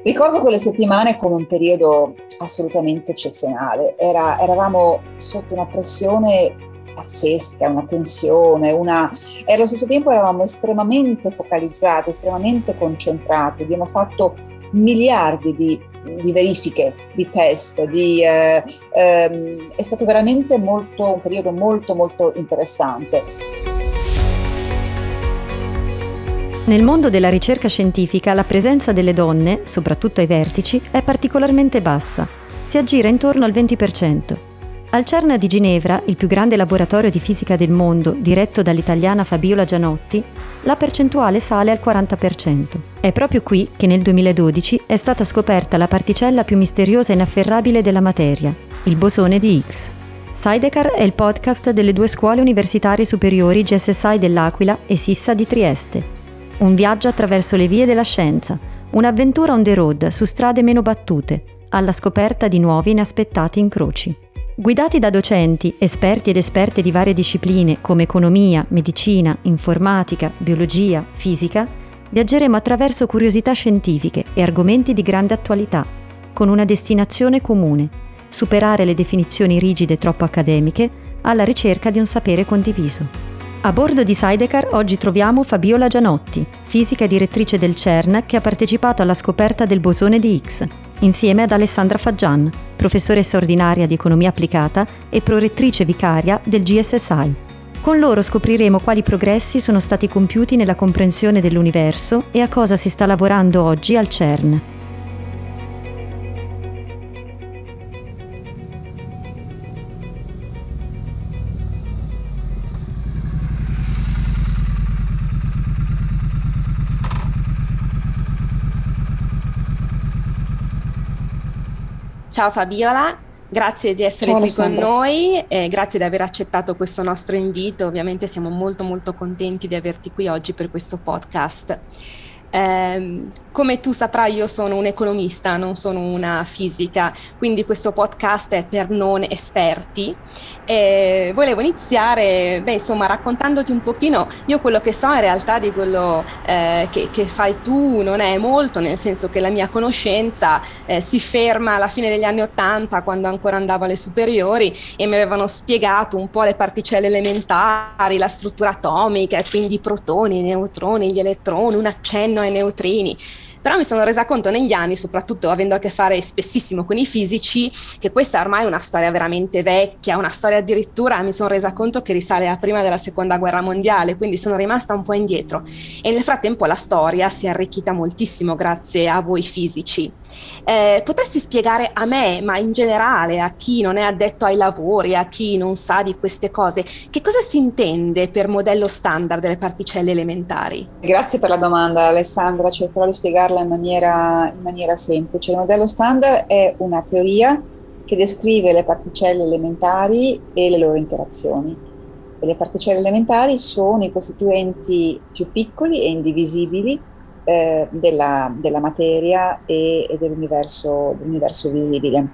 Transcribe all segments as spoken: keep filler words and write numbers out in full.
Ricordo quelle settimane come un periodo assolutamente eccezionale. Era, eravamo sotto una pressione pazzesca, una tensione, una... e allo stesso tempo eravamo estremamente focalizzati, estremamente concentrati. Abbiamo fatto miliardi di, di verifiche, di test, di, eh, ehm, è stato veramente molto, un periodo molto molto interessante. Nel mondo della ricerca scientifica la presenza delle donne, soprattutto ai vertici, è particolarmente bassa. Si aggira intorno al venti per cento. Al CERN di Ginevra, il più grande laboratorio di fisica del mondo, diretto dall'italiana Fabiola Gianotti, la percentuale sale al quaranta per cento. È proprio qui che nel duemiladodici è stata scoperta la particella più misteriosa e inafferrabile della materia, il bosone di Higgs. Sidecar è il podcast delle due scuole universitarie superiori G S S I dell'Aquila e Sissa di Trieste. Un viaggio attraverso le vie della scienza, un'avventura on the road su strade meno battute, alla scoperta di nuovi inaspettati incroci. Guidati da docenti, esperti ed esperte di varie discipline come economia, medicina, informatica, biologia, fisica, viaggeremo attraverso curiosità scientifiche e argomenti di grande attualità, con una destinazione comune: superare le definizioni rigide troppo accademiche alla ricerca di un sapere condiviso. A bordo di Sidecar oggi troviamo Fabiola Gianotti, fisica direttrice del CERN che ha partecipato alla scoperta del bosone di Higgs, insieme ad Alessandra Faggian, professoressa ordinaria di economia applicata e prorettrice vicaria del G S S I. Con loro scopriremo quali progressi sono stati compiuti nella comprensione dell'universo e a cosa si sta lavorando oggi al CERN. Ciao Fabiola, grazie di essere Ciao, qui con Alessandra. noi e grazie di aver accettato questo nostro invito. Ovviamente siamo molto molto contenti di averti qui oggi per questo podcast. Eh, come tu saprai, io sono un economista, non sono una fisica, quindi questo podcast è per non esperti. E volevo iniziare, beh, insomma, raccontandoti un pochino. Io quello che so in realtà di quello eh, che, che fai tu non è molto, nel senso che la mia conoscenza eh, si ferma alla fine degli anni Ottanta, quando ancora andavo alle superiori e mi avevano spiegato un po' le particelle elementari, la struttura atomica, quindi i protoni, i neutroni, gli elettroni, un accenno ai neutrini. Però mi sono resa conto negli anni, soprattutto avendo a che fare spessissimo con i fisici, che questa ormai è una storia veramente vecchia, una storia addirittura mi sono resa conto che risale a prima della seconda guerra mondiale, quindi sono rimasta un po' indietro. E nel frattempo la storia si è arricchita moltissimo grazie a voi fisici. Eh, potresti spiegare a me, ma in generale a chi non è addetto ai lavori, a chi non sa di queste cose, che cosa si intende per modello standard delle particelle elementari? Grazie per la domanda, Alessandra. Cercherò di spiegarla in maniera, in maniera semplice. Il modello standard è una teoria che descrive le particelle elementari e le loro interazioni. E le particelle elementari sono i costituenti più piccoli e indivisibili eh, della, della materia e, e dell'universo, dell'universo visibile.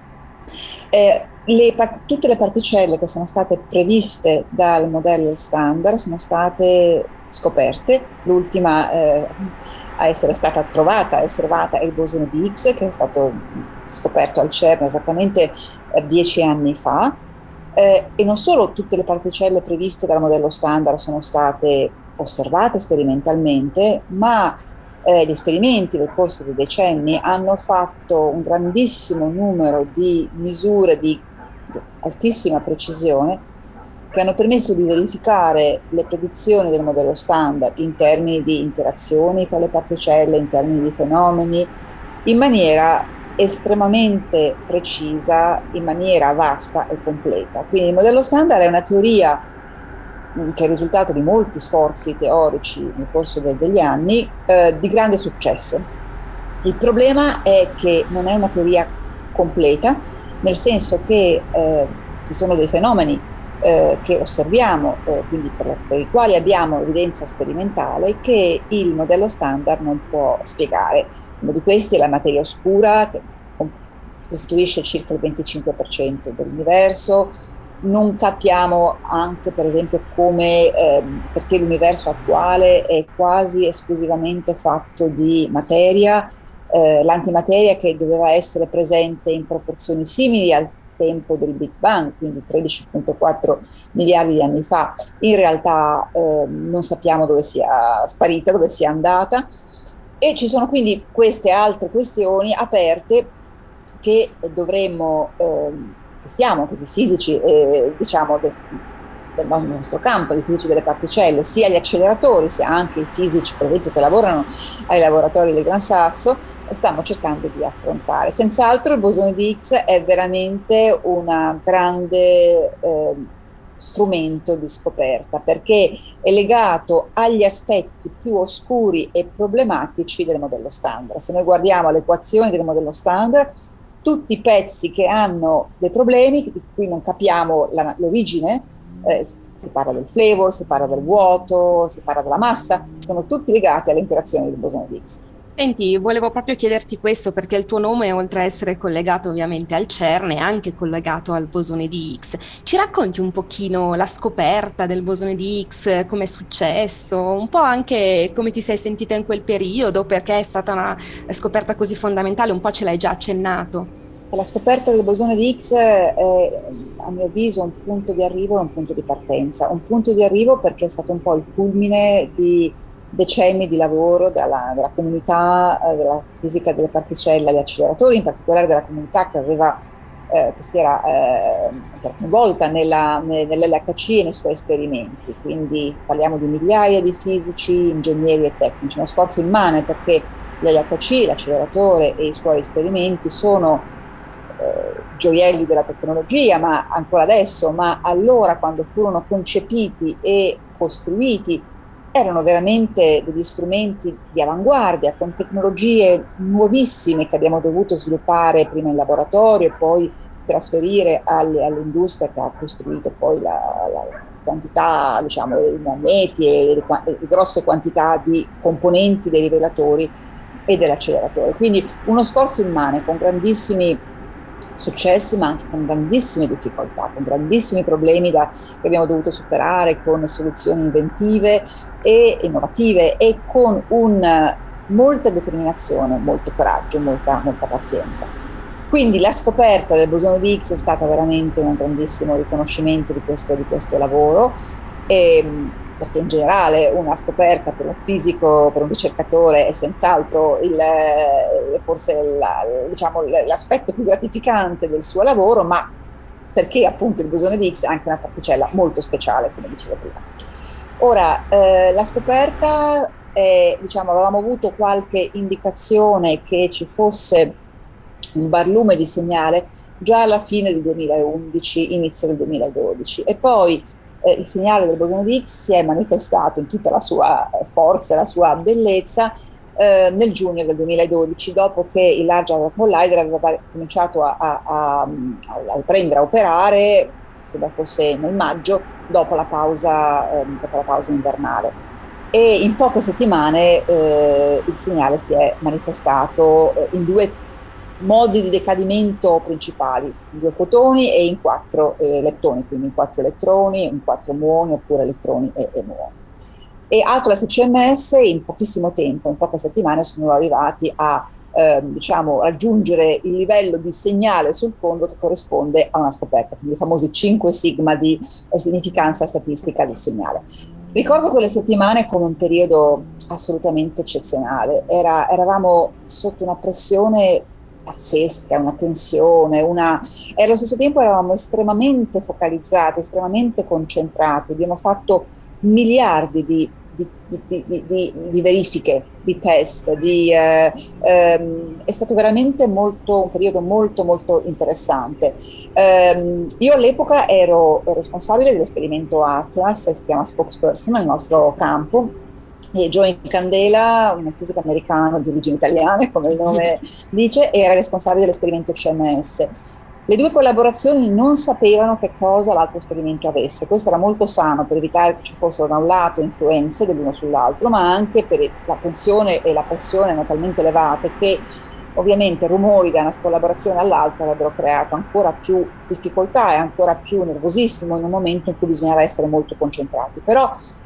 Eh, le, tutte le particelle che sono state previste dal modello standard sono state scoperte. L'ultima eh, a essere stata trovata e osservata è il bosone di Higgs, che è stato scoperto al CERN esattamente eh, dieci anni fa. Eh, e non solo tutte le particelle previste dal modello standard sono state osservate sperimentalmente, ma eh, gli esperimenti nel corso dei decenni hanno fatto un grandissimo numero di misure di altissima precisione che hanno permesso di verificare le predizioni del modello standard in termini di interazioni tra le particelle, in termini di fenomeni, in maniera estremamente precisa, in maniera vasta e completa. Quindi il modello standard è una teoria che è il risultato di molti sforzi teorici nel corso de- degli anni, eh, di grande successo. Il problema è che non è una teoria completa, nel senso che eh, ci sono dei fenomeni eh, che osserviamo, eh, quindi per, per i quali abbiamo evidenza sperimentale, che il modello standard non può spiegare. Uno di questi è la materia oscura, che costituisce circa il venticinque per cento dell'universo. Non capiamo anche, per esempio, come, eh, perché l'universo attuale è quasi esclusivamente fatto di materia, eh, l'antimateria che doveva essere presente in proporzioni simili al tempo del Big Bang, quindi tredici virgola quattro miliardi di anni fa, in realtà eh, non sappiamo dove sia sparita, dove sia andata, e ci sono quindi queste altre questioni aperte che dovremmo, eh, che stiamo, che i fisici, eh, diciamo, del, del nostro campo, i fisici delle particelle, sia gli acceleratori, sia anche i fisici, per esempio, che lavorano ai laboratori del Gran Sasso, stanno cercando di affrontare. Senz'altro il bosone di Higgs è veramente un grande eh, strumento di scoperta, perché è legato agli aspetti più oscuri e problematici del modello standard. Se noi guardiamo le equazioni del modello standard, tutti i pezzi che hanno dei problemi, di cui non capiamo la, l'origine, eh, si parla del flavor, si parla del vuoto, si parla della massa, sono tutti legati alle interazioni del bosone di Higgs. Senti, volevo proprio chiederti questo perché il tuo nome, oltre a essere collegato ovviamente al CERN, è anche collegato al bosone di Higgs. Ci racconti un pochino la scoperta del bosone di Higgs, come è successo, un po' anche come ti sei sentita in quel periodo, perché è stata una scoperta così fondamentale, un po' ce l'hai già accennato. La scoperta del bosone di Higgs è, a mio avviso, un punto di arrivo e un punto di partenza. Un punto di arrivo perché è stato un po' il culmine di decenni di lavoro della, della comunità eh, della fisica delle particelle agli acceleratori, in particolare della comunità che aveva eh, che si era eh, coinvolta nella, nell'L H C e nei suoi esperimenti. Quindi parliamo di migliaia di fisici, ingegneri e tecnici, uno sforzo immane, perché l'L H C, l'acceleratore e i suoi esperimenti sono eh, gioielli della tecnologia, ma ancora adesso, ma allora, quando furono concepiti e costruiti, erano veramente degli strumenti di avanguardia, con tecnologie nuovissime che abbiamo dovuto sviluppare prima in laboratorio e poi trasferire alle, all'industria, che ha costruito poi la, la quantità, diciamo, dei magneti e le, le grosse quantità di componenti dei rivelatori e dell'acceleratore. Quindi uno sforzo immane, con grandissimi successi, ma anche con grandissime difficoltà, con grandissimi problemi da, che abbiamo dovuto superare, con soluzioni inventive e innovative e con un, molta determinazione, molto coraggio, molta, molta pazienza. Quindi la scoperta del bosone di Higgs è stata veramente un grandissimo riconoscimento di questo, di questo lavoro, e, perché in generale una scoperta per un fisico, per un ricercatore, è senz'altro il, forse la, diciamo, l'aspetto più gratificante del suo lavoro, ma perché appunto il bosone di Higgs è anche una particella molto speciale, come dicevo prima. Ora, eh, la scoperta, è, diciamo, avevamo avuto qualche indicazione che ci fosse un barlume di segnale già alla fine del duemilaundici, inizio del duemiladodici, e poi eh, il segnale del bosone di Higgs si è manifestato in tutta la sua forza, la sua bellezza eh, nel giugno del duemiladodici, dopo che il Large Hadron Collider aveva cominciato a, a, a, a prendere a operare, sembra fosse nel maggio, dopo la pausa, eh, dopo la pausa invernale. E in poche settimane eh, il segnale si è manifestato eh, in due modi di decadimento principali, in due fotoni e in quattro eh, leptoni, quindi in quattro elettroni, in quattro muoni oppure elettroni e, e muoni. E Atlas e C M S in pochissimo tempo, in poche settimane, sono arrivati a eh, diciamo, raggiungere il livello di segnale sul fondo che corrisponde a una scoperta, quindi i famosi cinque sigma di eh, significanza statistica del segnale. Ricordo quelle settimane come un periodo assolutamente eccezionale. Era, eravamo sotto una pressione pazzesca, una tensione, una... e allo stesso tempo eravamo estremamente focalizzati, estremamente concentrati. Abbiamo fatto miliardi di, di, di, di, di, di verifiche, di test, di, eh, ehm, è stato veramente molto, un periodo molto molto interessante. Um, io all'epoca ero responsabile dell'esperimento Atlas, si chiama spokesperson nel nostro campo, e Joe Candela, un fisico americano di origini italiane, come il nome dice, era responsabile dell'esperimento C M S. Le due collaborazioni non sapevano che cosa l'altro esperimento avesse. Questo era molto sano per evitare che ci fossero da un lato influenze dell'uno sull'altro, ma anche per la tensione e la pressione erano talmente elevate che ovviamente rumori da una collaborazione all'altra avrebbero creato ancora più difficoltà e ancora più nervosismo in un momento in cui bisognava essere molto concentrati. Però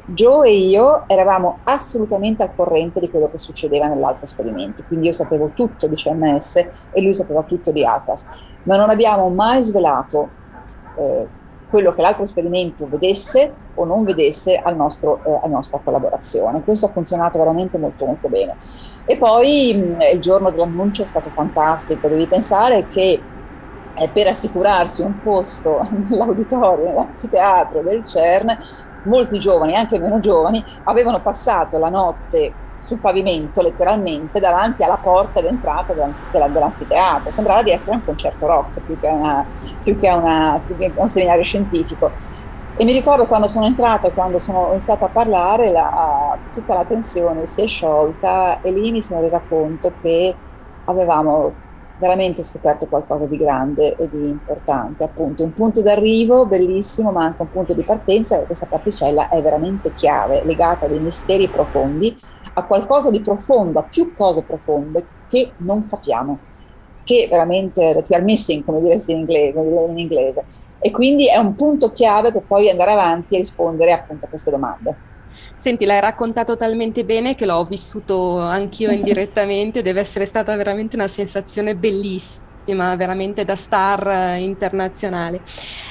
Joe e io eravamo assolutamente al corrente di quello che succedeva nell'altro esperimento, quindi io sapevo tutto di C M S e lui sapeva tutto di Atlas, ma non abbiamo mai svelato eh, quello che l'altro esperimento vedesse o non vedesse al nostro, eh, alla nostra collaborazione. Questo ha funzionato veramente molto molto bene. E poi mh, il giorno dell'annuncio è stato fantastico, devi pensare che eh, per assicurarsi un posto nell'auditorio, nell'anfiteatro del CERN, molti giovani, anche meno giovani, avevano passato la notte sul pavimento, letteralmente, davanti alla porta d'entrata dell'anfiteatro. Sembrava di essere un concerto rock più che, una, più che, una, più che un seminario scientifico. E mi ricordo quando sono entrata e quando sono iniziata a parlare, la, tutta la tensione si è sciolta e lì mi sono resa conto che avevamo veramente scoperto qualcosa di grande e di importante, appunto un punto d'arrivo bellissimo, ma anche un punto di partenza, e questa particella è veramente chiave, legata a dei misteri profondi, a qualcosa di profondo, a più cose profonde che non capiamo, che veramente that we are missing, come diresti in inglese, come dire in inglese. E quindi è un punto chiave per poi andare avanti e rispondere appunto a queste domande. Senti, l'hai raccontato talmente bene che l'ho vissuto anch'io indirettamente, deve essere stata veramente una sensazione bellissima, veramente da star internazionale.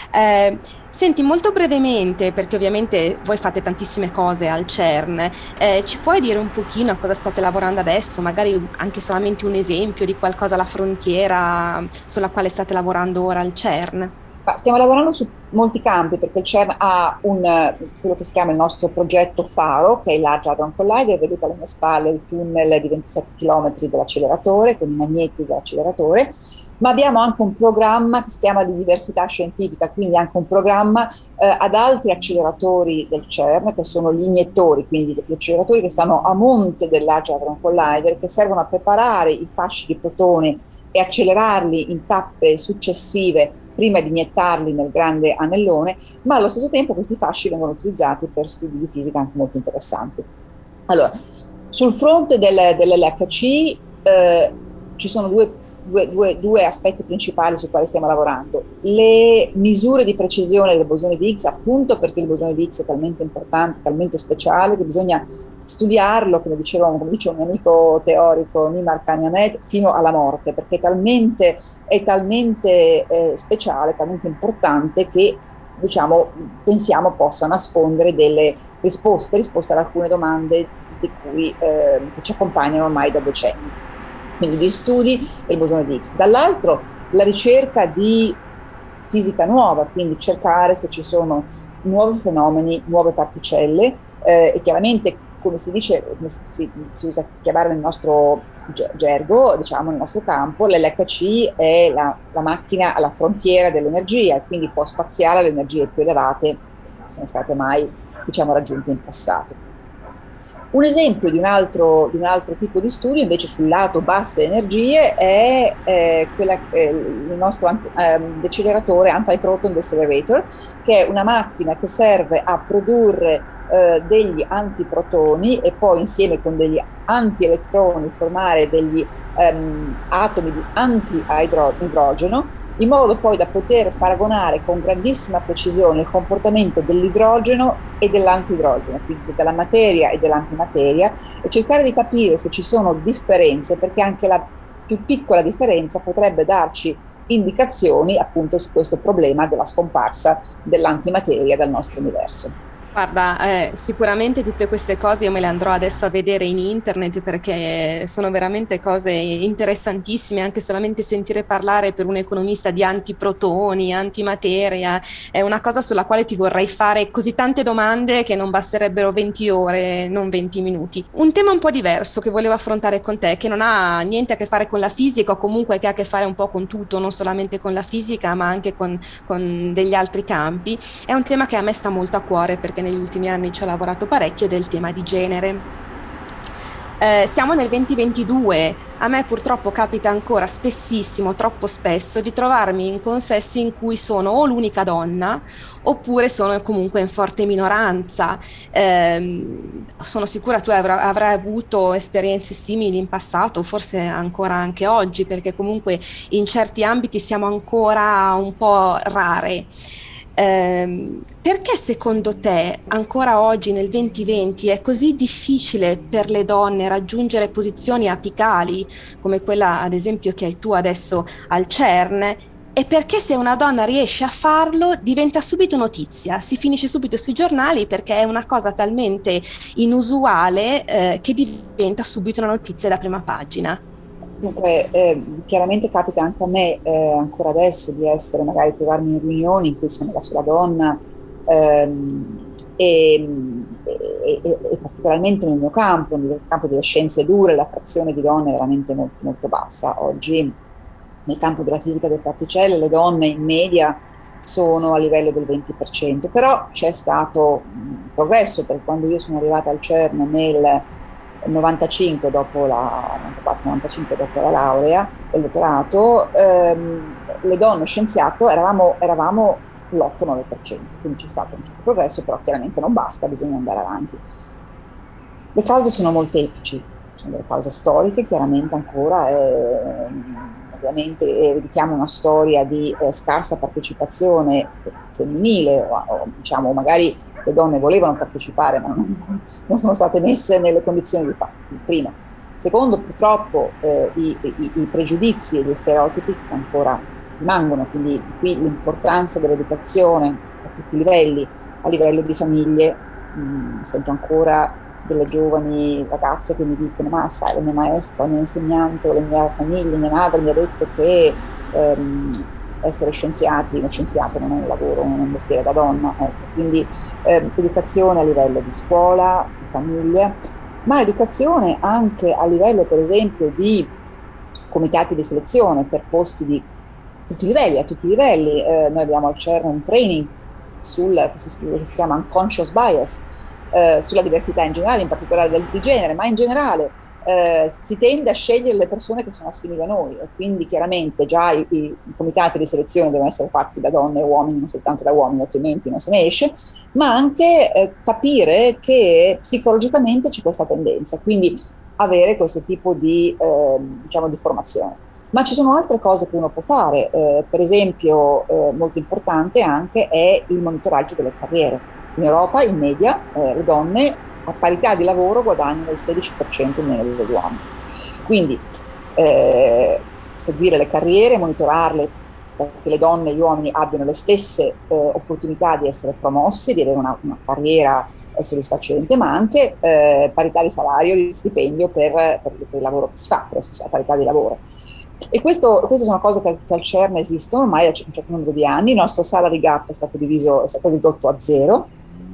Eh, senti, molto brevemente, perché ovviamente voi fate tantissime cose al CERN, eh, ci puoi dire un pochino a cosa state lavorando adesso, magari anche solamente un esempio di qualcosa alla frontiera sulla quale state lavorando ora al CERN? Stiamo lavorando su molti campi perché il CERN ha un, quello che si chiama il nostro progetto FARO, che è il Large Hadron Collider. Vedete alle mie spalle il tunnel di ventisette chilometri dell'acceleratore, con i magneti dell'acceleratore, ma abbiamo anche un programma che si chiama di diversità scientifica, quindi anche un programma eh, ad altri acceleratori del CERN, che sono gli iniettori, quindi gli acceleratori che stanno a monte del Large Hadron Collider, che servono a preparare i fasci di protoni e accelerarli in tappe successive prima di iniettarli nel grande anellone, ma allo stesso tempo questi fasci vengono utilizzati per studi di fisica anche molto interessanti. Allora, sul fronte del, dell'L H C eh, ci sono due, due, due, due aspetti principali su quali stiamo lavorando. Le misure di precisione del bosone di Higgs, appunto perché il bosone di Higgs è talmente importante, talmente speciale, che bisogna studiarlo, come diceva, come dice un mio amico teorico, Nimar Kanyamet, fino alla morte, perché è talmente, è talmente eh, speciale, talmente importante che, diciamo, pensiamo possa nascondere delle risposte, risposte ad alcune domande di cui, eh, che ci accompagnano ormai da decenni. Quindi di studi del bosone di Higgs. Dall'altro la ricerca di fisica nuova, quindi cercare se ci sono nuovi fenomeni, nuove particelle, eh, e chiaramente, come si dice, come si, si usa chiamare nel nostro gergo, diciamo nel nostro campo, l'L H C è la, la macchina alla frontiera dell'energia, quindi può spaziare alle energie più elevate che sono state mai, diciamo, raggiunte in passato. Un esempio di un altro, di un altro tipo di studio invece sul lato basse energie è eh, quella, eh, il nostro eh, deceleratore Antiproton Decelerator, che è una macchina che serve a produrre eh, degli antiprotoni e poi insieme con degli antielettroni formare degli ehm, atomi di anti-idrogeno, in modo poi da poter paragonare con grandissima precisione il comportamento dell'idrogeno e dell'antidrogeno, quindi della materia e dell'antimateria, e cercare di capire se ci sono differenze, perché anche la più piccola differenza potrebbe darci indicazioni appunto su questo problema della scomparsa dell'antimateria dal nostro universo. Guarda, eh, sicuramente tutte queste cose io me le andrò adesso a vedere in internet, perché sono veramente cose interessantissime. Anche solamente sentire parlare per un economista di antiprotoni, antimateria, è una cosa sulla quale ti vorrei fare così tante domande che non basterebbero venti ore, non venti minuti. Un tema un po' diverso che volevo affrontare con te, che non ha niente a che fare con la fisica, o comunque che ha a che fare un po' con tutto, non solamente con la fisica, ma anche con, con degli altri campi, è un tema che a me sta molto a cuore, perché negli ultimi anni ci ho lavorato parecchio, del tema di genere. Eh, siamo nel duemilaventidue, a me purtroppo capita ancora spessissimo, troppo spesso, di trovarmi in consessi in cui sono o l'unica donna oppure sono comunque in forte minoranza. Eh, sono sicura tu avrai, avrai avuto esperienze simili in passato, forse ancora anche oggi, perché comunque in certi ambiti siamo ancora un po' rare. Ehm, perché secondo te ancora oggi nel duemilaventi è così difficile per le donne raggiungere posizioni apicali come quella ad esempio che hai tu adesso al CERN? E perché se una donna riesce a farlo diventa subito notizia, si finisce subito sui giornali perché è una cosa talmente inusuale eh, che diventa subito una notizia da prima pagina. Dunque, eh, chiaramente capita anche a me, eh, ancora adesso, di essere, magari trovarmi in riunioni in cui sono la sola donna, ehm, e, e- e- e particolarmente nel mio campo, nel campo delle scienze dure, la frazione di donne è veramente molto, molto bassa. Oggi nel campo della fisica delle particelle le donne in media sono a livello del venti per cento, però c'è stato un progresso, perché quando io sono arrivata al CERN nel novantacinque, dopo la, novantaquattro novantacinque, dopo la laurea e il dottorato, ehm, le donne scienziato eravamo, eravamo l'otto nove per cento, quindi c'è stato un certo progresso, però chiaramente non basta, bisogna andare avanti. Le cause sono molteplici, sono delle cause storiche, chiaramente ancora, eh, ovviamente ereditiamo una storia di eh, scarsa partecipazione femminile, o, o diciamo magari le donne volevano partecipare ma non, non sono state messe nelle condizioni di farlo, prima. Secondo, purtroppo eh, i, i, i pregiudizi e gli stereotipi che ancora rimangono, quindi qui l'importanza dell'educazione a tutti i livelli, a livello di famiglie. Mh, sento ancora delle giovani ragazze che mi dicono: ma sai, la mia maestra, la mia insegnante o la mia famiglia, mia madre mi ha detto che ehm, essere scienziati, uno scienziato non è un lavoro, non è un mestiere da donna, ecco. Quindi eh, educazione a livello di scuola, di famiglia, ma educazione anche a livello, per esempio, di comitati di selezione per posti di tutti i livelli, a tutti i livelli. Eh, noi abbiamo al CERN un training sul, che si chiama Unconscious Bias, eh, sulla diversità in generale, in particolare del, di genere, ma in generale eh, si tende a scegliere le persone che sono simili a noi, e quindi chiaramente già i, i, i comitati di selezione devono essere fatti da donne e uomini, non soltanto da uomini, altrimenti non se ne esce, ma anche eh, capire che psicologicamente c'è questa tendenza, quindi avere questo tipo di, eh, diciamo, di formazione. Ma ci sono altre cose che uno può fare, eh, per esempio eh, molto importante anche è il monitoraggio delle carriere. In Europa, in media, eh, le donne a parità di lavoro guadagnano il sedici per cento meno degli uomini. Quindi eh, seguire le carriere, monitorarle perché le donne e gli uomini abbiano le stesse eh, opportunità di essere promossi, di avere una, una carriera eh, soddisfacente, ma anche eh, parità di salario, di stipendio per, per, per il lavoro che si fa, per a parità di lavoro. E questo, queste sono cose che, che al CERN esistono ormai da un certo numero di anni. Il nostro salary gap è stato diviso, è stato ridotto a zero.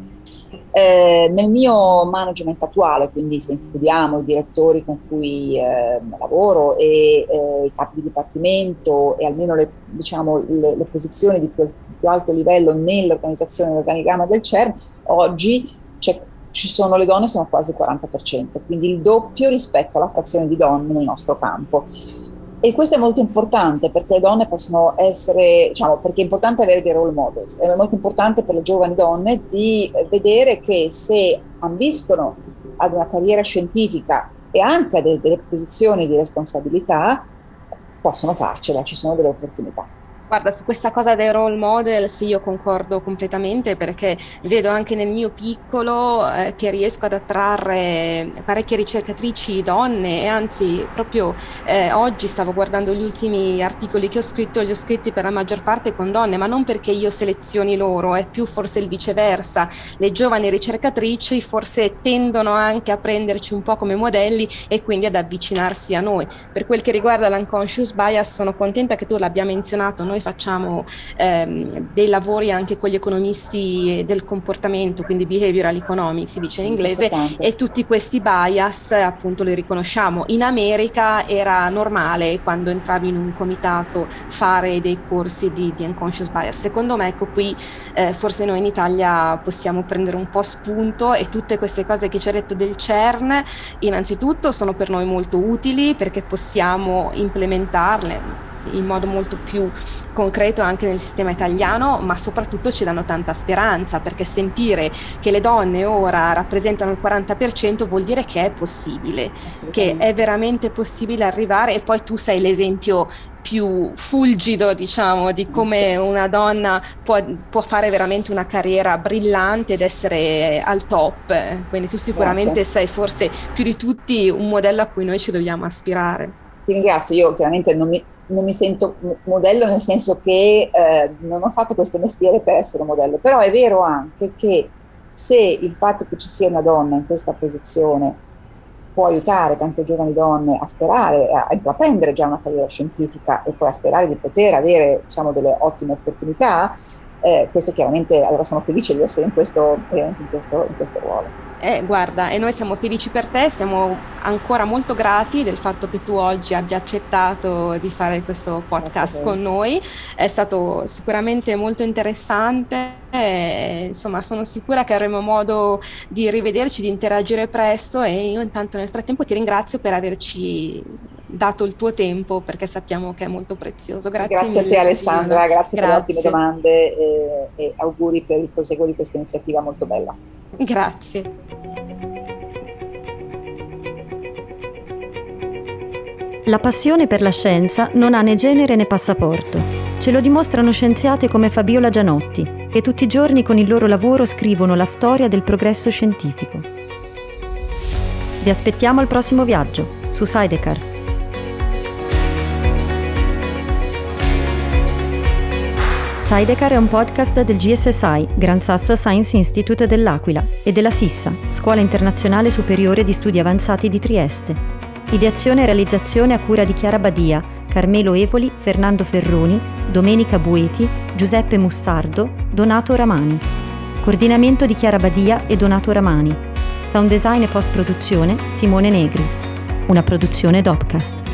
Eh, nel mio management attuale, quindi se includiamo i direttori con cui eh, lavoro e eh, i capi di dipartimento e almeno le, diciamo, le, le posizioni di quel più alto livello nell'organizzazione dell'organigramma del CERN, oggi c'è, ci sono le donne, sono quasi il quaranta per cento, quindi il doppio rispetto alla frazione di donne nel nostro campo. E questo è molto importante perché le donne possono essere, diciamo, perché è importante avere dei role models, è molto importante per le giovani donne di vedere che se ambiscono ad una carriera scientifica e anche a delle, delle posizioni di responsabilità, possono farcela, ci sono delle opportunità. Guarda, su questa cosa dei role model sì, io concordo completamente, perché vedo anche nel mio piccolo eh, che riesco ad attrarre parecchie ricercatrici donne, e anzi proprio eh, oggi stavo guardando gli ultimi articoli che ho scritto, li ho scritti per la maggior parte con donne, ma non perché io selezioni loro, è più forse il viceversa. Le giovani ricercatrici forse tendono anche a prenderci un po' come modelli e quindi ad avvicinarsi a noi. Per quel che riguarda l'unconscious bias, sono contenta che tu l'abbia menzionato. Noi facciamo ehm, dei lavori anche con gli economisti del comportamento, quindi behavioral economics si dice in inglese, e tutti questi bias appunto li riconosciamo. In America era normale, quando entravi in un comitato, fare dei corsi di, di unconscious bias. Secondo me, ecco, qui eh, forse noi in Italia possiamo prendere un po' spunto, e tutte queste cose che ci ha detto del CERN innanzitutto sono per noi molto utili perché possiamo implementarle in modo molto più concreto anche nel sistema italiano, ma soprattutto ci danno tanta speranza, perché sentire che le donne ora rappresentano il quaranta per cento vuol dire che è possibile, che è veramente possibile arrivare. E poi tu sei l'esempio più fulgido, diciamo, di come una donna può, può fare veramente una carriera brillante ed essere al top. Quindi tu sicuramente Grazie. sei forse più di tutti un modello a cui noi ci dobbiamo aspirare. Ti ringrazio, io chiaramente non mi, non mi sento modello, nel senso che eh, non ho fatto questo mestiere per essere un modello, però è vero anche che se il fatto che ci sia una donna in questa posizione può aiutare tante giovani donne a sperare, a intraprendere già una carriera scientifica e poi a sperare di poter avere, diciamo, delle ottime opportunità, eh, questo chiaramente, allora sono felice di essere in questo, in questo, in questo ruolo. Eh, guarda, e noi siamo felici per te, siamo ancora molto grati del fatto che tu oggi abbia accettato di fare questo podcast con noi. È stato sicuramente molto interessante, e, insomma sono sicura che avremo modo di rivederci, di interagire presto, e io intanto nel frattempo ti ringrazio per averci dato il tuo tempo, perché sappiamo che è molto prezioso. Grazie, grazie mille, a te Alessandra, grazie, grazie per le ottime domande e, e auguri per il proseguo di questa iniziativa molto bella. Grazie. La passione per la scienza non ha né genere né passaporto. Ce lo dimostrano scienziate come Fabiola Gianotti, che tutti i giorni con il loro lavoro scrivono la storia del progresso scientifico. Vi aspettiamo al prossimo viaggio su Sidecar. Sidecar è un podcast del G S S I, Gran Sasso Science Institute dell'Aquila, e della SISSA, Scuola Internazionale Superiore di Studi Avanzati di Trieste. Ideazione e realizzazione a cura di Chiara Badia, Carmelo Evoli, Fernando Ferroni, Domenica Bueti, Giuseppe Mussardo, Donato Ramani. Coordinamento di Chiara Badia e Donato Ramani. Sound design e post-produzione Simone Negri. Una produzione Dopcast.